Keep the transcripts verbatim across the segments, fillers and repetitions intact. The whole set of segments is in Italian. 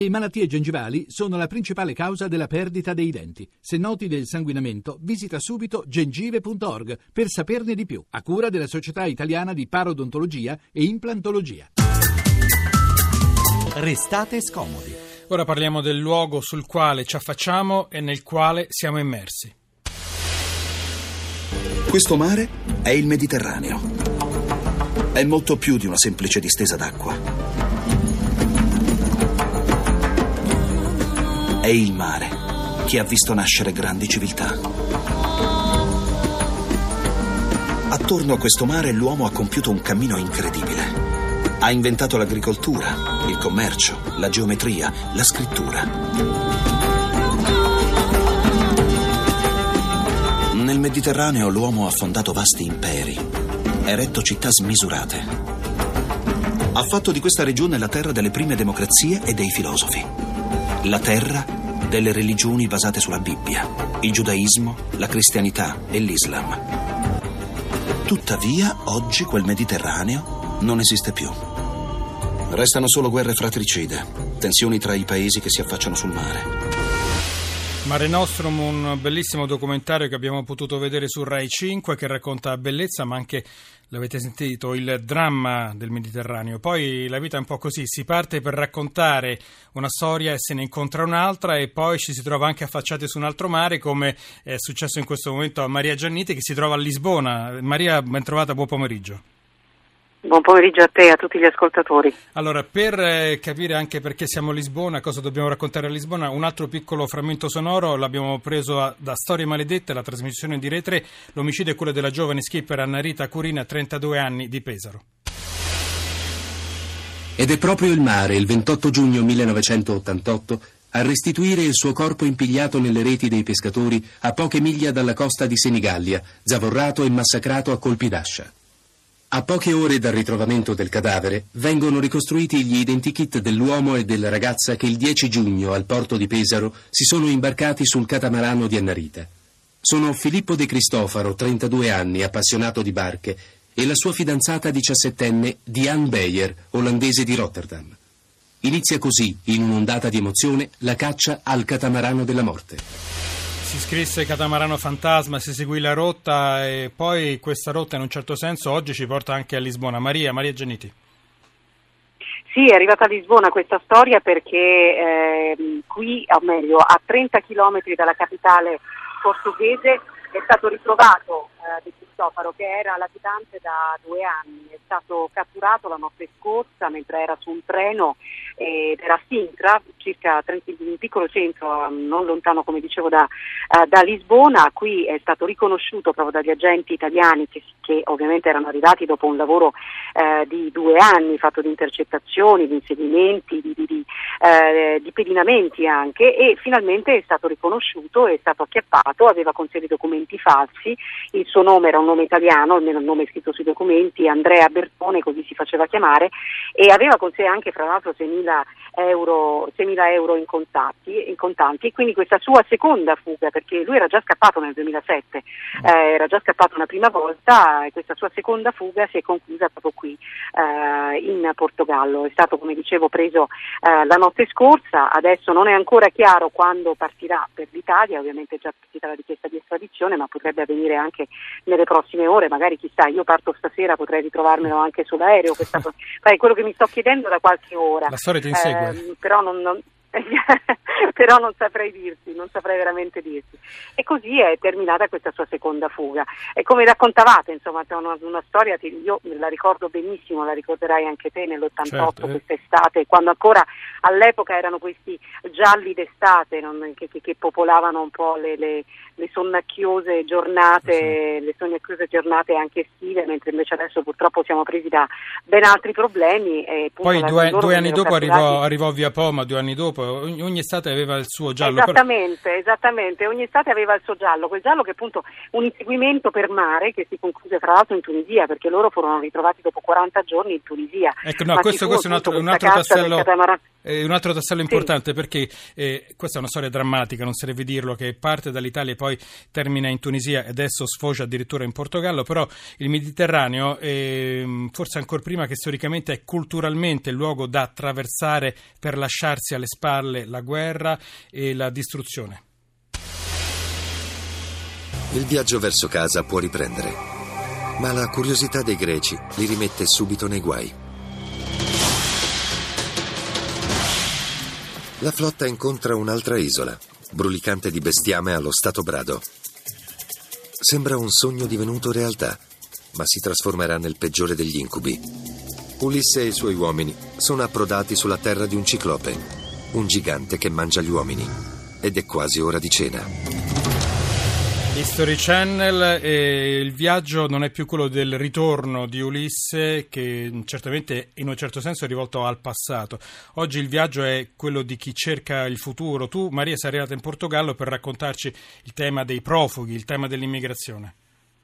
Le malattie gengivali sono la principale causa della perdita dei denti. Se noti del sanguinamento, visita subito gengive punto org per saperne di più, a cura della Società Italiana di Parodontologia e Implantologia. Restate scomodi. Ora parliamo del luogo sul quale ci affacciamo e nel quale siamo immersi. Questo mare è il Mediterraneo. È molto più di una semplice distesa d'acqua. È il mare che ha visto nascere grandi civiltà. Attorno a questo mare l'uomo ha compiuto un cammino incredibile. Ha inventato l'agricoltura, il commercio, la geometria, la scrittura. Nel Mediterraneo l'uomo ha fondato vasti imperi, eretto città smisurate. Ha fatto di questa regione la terra delle prime democrazie e dei filosofi. La terra delle religioni basate sulla Bibbia, il giudaismo, la cristianità e l'Islam. Tuttavia, oggi quel Mediterraneo non esiste più. Restano solo guerre fratricide, tensioni tra i paesi che si affacciano sul mare. Mare Nostrum, un bellissimo documentario che abbiamo potuto vedere su Rai cinque che racconta bellezza, ma anche, l'avete sentito, il dramma del Mediterraneo. Poi la vita è un po' così, si parte per raccontare una storia e se ne incontra un'altra e poi ci si trova anche affacciati su un altro mare, come è successo in questo momento a Maria Gianniti che si trova a Lisbona. Maria, ben trovata, buon pomeriggio. Buon pomeriggio a te e a tutti gli ascoltatori. Allora, per eh, capire anche perché siamo a Lisbona, cosa dobbiamo raccontare a Lisbona, un altro piccolo frammento sonoro l'abbiamo preso a, da Storie Maledette, la trasmissione di Rai tre, l'omicidio è quello della giovane skipper Anna Rita Curina, trentadue anni, di Pesaro. Ed è proprio il mare, il ventotto giugno millenovecentottantotto, a restituire il suo corpo impigliato nelle reti dei pescatori a poche miglia dalla costa di Senigallia, zavorrato e massacrato a colpi d'ascia. A poche ore dal ritrovamento del cadavere vengono ricostruiti gli identikit dell'uomo e della ragazza che il dieci giugno al porto di Pesaro si sono imbarcati sul catamarano di Anna Rita. Sono Filippo De Cristofaro, trentadue anni, appassionato di barche, e la sua fidanzata diciassettenne Diane Beyer, olandese di Rotterdam. Inizia così, in un'ondata di emozione, la caccia al catamarano della morte. Si scrisse Catamarano Fantasma, si seguì la rotta e poi questa rotta in un certo senso oggi ci porta anche a Lisbona. Maria, Maria Gianniti. Sì, è arrivata a Lisbona questa storia perché eh, qui, o meglio, a trenta chilometri dalla capitale portoghese è stato ritrovato eh, De Cristofaro, che era latitante da due anni. È stato catturato la notte scorsa mentre era su un treno ed era a Sintra, circa trenta, in un piccolo centro non lontano, come dicevo, da, uh, da Lisbona. Qui è stato riconosciuto proprio dagli agenti italiani che, che ovviamente erano arrivati dopo un lavoro uh, di due anni fatto di intercettazioni, di inseguimenti, di, di, di, uh, di pedinamenti anche, e finalmente è stato riconosciuto, è stato acchiappato, aveva con sé dei documenti falsi, il suo nome era un nome italiano, almeno il nome scritto sui documenti, Andrea Bertone, così si faceva chiamare, e aveva con sé anche fra l'altro seimila euro, seimila euro in contanti, in contanti, e quindi questa sua seconda fuga, perché lui era già scappato nel duemilasette, eh, era già scappato una prima volta, e questa sua seconda fuga si è conclusa proprio qui eh, in Portogallo. È stato, come dicevo, preso eh, la notte scorsa, adesso non è ancora chiaro quando partirà per l'Italia, ovviamente è già partita la richiesta di estradizione, ma potrebbe avvenire anche nelle prossime ore, magari chissà, io parto stasera, potrei ritrovarmelo anche sull'aereo, questa, è quello che mi sto chiedendo da qualche ora. La storia ti insegue. Eh, però non, non però non saprei dirti, non saprei veramente dirti. E così è terminata questa sua seconda fuga. E come raccontavate, insomma, c'è una, una storia, io la ricordo benissimo, la ricorderai anche te nell'ottantotto, certo, quest'estate, quando ancora all'epoca erano questi gialli d'estate, non, che, che, che popolavano un po' le, le, le sonnacchiose giornate, sì. le sonnacchiose giornate anche estive, mentre invece adesso purtroppo siamo presi da ben altri problemi. E poi due, due anni dopo arrivò, arrivò Via Poma, due anni dopo, ogni, ogni estate aveva il suo giallo. Esattamente, però... esattamente, ogni estate aveva il suo giallo, quel giallo che è appunto un inseguimento per mare che si concluse fra l'altro in Tunisia, perché loro furono ritrovati dopo quaranta giorni in Tunisia. Ecco, no, questo, questo è un altro, un altro tassello. Eh, un altro tassello importante, sì. Perché eh, questa è una storia drammatica, non serve dirlo, che parte dall'Italia e poi termina in Tunisia e adesso sfocia addirittura in Portogallo, però il Mediterraneo eh, forse ancora prima che storicamente è culturalmente il luogo da attraversare per lasciarsi alle spalle la guerra e la distruzione. Il viaggio verso casa può riprendere, ma la curiosità dei greci li rimette subito nei guai. La flotta incontra un'altra isola, brulicante di bestiame allo stato brado. Sembra un sogno divenuto realtà, ma si trasformerà nel peggiore degli incubi. Ulisse e i suoi uomini sono approdati sulla terra di un ciclope, un gigante che mangia gli uomini, ed è quasi ora di cena. History Channel, e il viaggio non è più quello del ritorno di Ulisse, che certamente in un certo senso è rivolto al passato. Oggi il viaggio è quello di chi cerca il futuro. Tu, Maria, sei arrivata in Portogallo per raccontarci il tema dei profughi, il tema dell'immigrazione.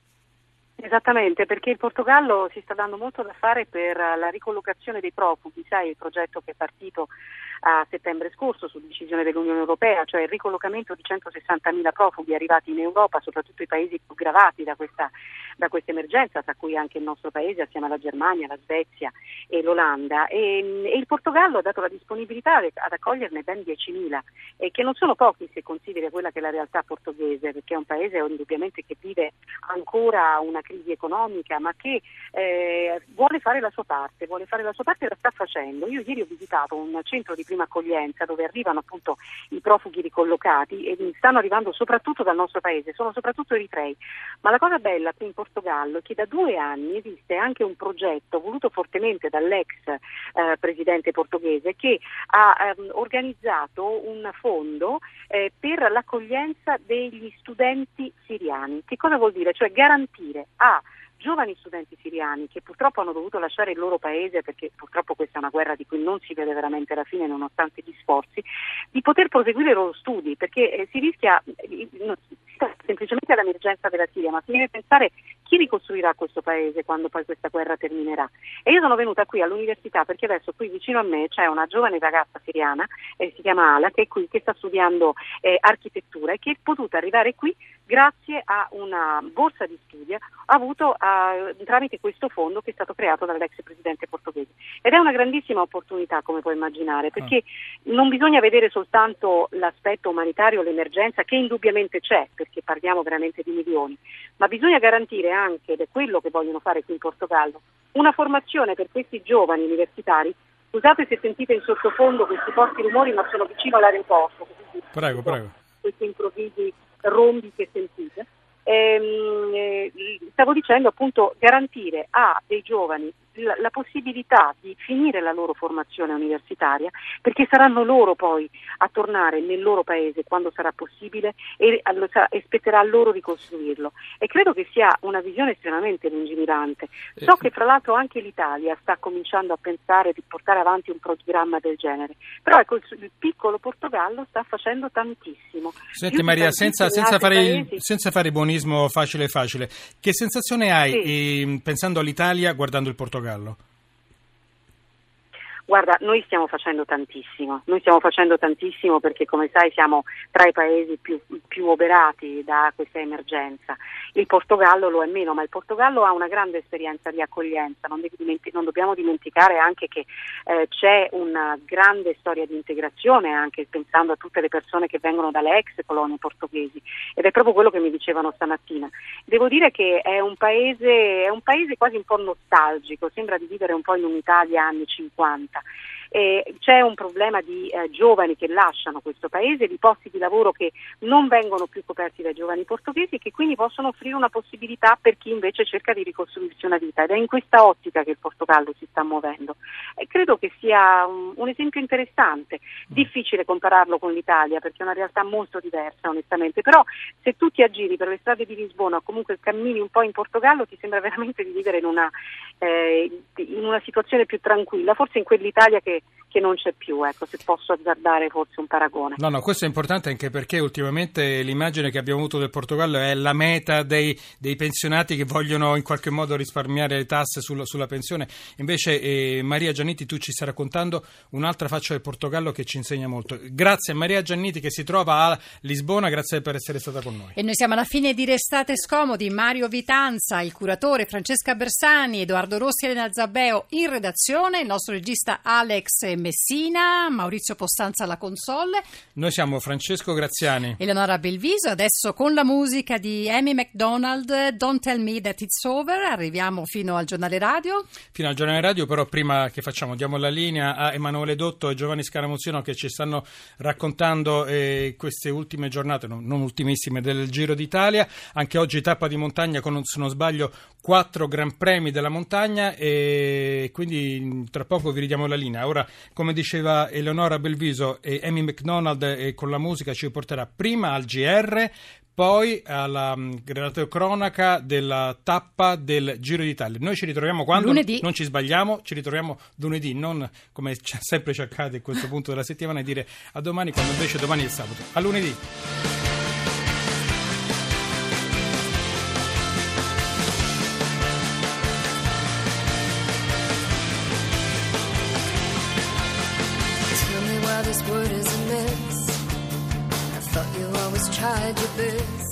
Esattamente, perché il Portogallo si sta dando molto da fare per la ricollocazione dei profughi, sai, il progetto che è partito a settembre scorso su decisione dell'Unione Europea, cioè il ricollocamento di centosessantamila profughi arrivati in Europa, soprattutto i paesi più gravati da questa, da questa emergenza, tra cui anche il nostro paese assieme alla Germania, la Svezia e l'Olanda, e, e il Portogallo ha dato la disponibilità ad accoglierne ben diecimila, e che non sono pochi se consideri quella che è la realtà portoghese, perché è un paese indubbiamente che vive ancora una crisi economica, ma che eh, vuole fare la sua parte, vuole fare la sua parte e la sta facendo. Io ieri ho visitato un centro di prima accoglienza dove arrivano appunto i profughi ricollocati e stanno arrivando soprattutto dal nostro paese, sono soprattutto eritrei, ma la cosa bella qui in Portogallo è che da due anni esiste anche un progetto voluto fortemente dall'ex eh, presidente portoghese che ha ehm, organizzato un fondo eh, per l'accoglienza degli studenti siriani. Che cosa vuol dire? Cioè garantire a giovani studenti siriani che purtroppo hanno dovuto lasciare il loro paese, perché purtroppo questa è una guerra di cui non si vede veramente la fine nonostante gli sforzi, di poter proseguire i loro studi, perché eh, si rischia eh, non, semplicemente all'emergenza della Siria, ma si deve pensare chi ricostruirà questo paese quando poi questa guerra terminerà. E io sono venuta qui all'università perché adesso qui vicino a me c'è una giovane ragazza siriana, eh, si chiama Ala, che è qui, che sta studiando eh, architettura e che è potuta arrivare qui grazie a una borsa di studio avuto a, tramite questo fondo che è stato creato dall'ex presidente portoghese. Ed è una grandissima opportunità, come puoi immaginare, perché ah. non bisogna vedere soltanto l'aspetto umanitario, l'emergenza, che indubbiamente c'è, perché parliamo veramente di milioni, ma bisogna garantire anche, ed è quello che vogliono fare qui in Portogallo, una formazione per questi giovani universitari. Scusate se sentite in sottofondo questi forti rumori, ma sono vicino all'aeroporto. Prego, prego. Questi improvvisi rombi che sentite. Ehm, eh, stavo dicendo appunto garantire a dei giovani la, la possibilità di finire la loro formazione universitaria, perché saranno loro poi a tornare nel loro paese quando sarà possibile e, e spetterà a loro ricostruirlo, e credo che sia una visione estremamente lungimirante. So che fra l'altro anche l'Italia sta cominciando a pensare di portare avanti un programma del genere, però ecco, il, il piccolo Portogallo sta facendo tantissimo. Senti Maria, senza, senza, fare il, senza fare buonismo facile facile, che sensazione hai sì. eh, pensando all'Italia guardando il Portogallo? Guarda, noi stiamo facendo tantissimo, noi stiamo facendo tantissimo perché come sai siamo tra i paesi più, più oberati da questa emergenza. Il Portogallo lo è meno, ma il Portogallo ha una grande esperienza di accoglienza, non, dimenti- non dobbiamo dimenticare anche che eh, c'è una grande storia di integrazione, anche pensando a tutte le persone che vengono dalle ex colonie portoghesi, ed è proprio quello che mi dicevano stamattina. Devo dire che è un paese, è un paese quasi un po' nostalgico, sembra di vivere un po' in un'Italia anni cinquanta. E c'è un problema di eh, giovani che lasciano questo paese, di posti di lavoro che non vengono più coperti dai giovani portoghesi e che quindi possono offrire una possibilità per chi invece cerca di ricostruirsi una vita, ed è in questa ottica che il Portogallo si sta muovendo e credo che sia un, un esempio interessante. Difficile compararlo con l'Italia perché è una realtà molto diversa onestamente, però se tu ti aggiri per le strade di Lisbona o comunque cammini un po' in Portogallo ti sembra veramente di vivere in una, eh, in una situazione più tranquilla, forse in quell'Italia che che che non c'è più, ecco, se posso azzardare forse un paragone. No, no, questo è importante anche perché ultimamente l'immagine che abbiamo avuto del Portogallo è la meta dei, dei pensionati che vogliono in qualche modo risparmiare le tasse sul, sulla pensione. Invece eh, Maria Gianniti, tu ci stai raccontando un'altra faccia del Portogallo che ci insegna molto. Grazie a Maria Gianniti che si trova a Lisbona, grazie per essere stata con noi. E noi siamo alla fine di Restate Scomodi. Mario Vitanza, il curatore, Francesca Bersani, Edoardo Rossi e Elena Zabbeo in redazione, il nostro regista Alex Messina, Maurizio Postanza alla console. Noi siamo Francesco Graziani, Eleonora Belviso. Adesso con la musica di Amy McDonald, Don't Tell Me That It's Over, arriviamo fino al giornale radio. Fino al giornale radio, però prima che facciamo diamo la linea a Emanuele Dotto e Giovanni Scaramuzzino che ci stanno raccontando eh, queste ultime giornate, non, non ultimissime, del Giro d'Italia. Anche oggi tappa di montagna con, se non sbaglio, quattro Gran Premi della montagna e quindi tra poco vi ridiamo la linea. Ora, come diceva Eleonora Belviso, e Amy McDonald e con la musica ci porterà prima al G R, poi alla um, cronaca della tappa del Giro d'Italia. Noi ci ritroviamo quando lunedì. Non ci sbagliamo, ci ritroviamo lunedì, non come c- sempre ci accade a questo punto della settimana, e dire a domani quando invece domani è il sabato. A lunedì. This word is a mess. I thought you always tried your best.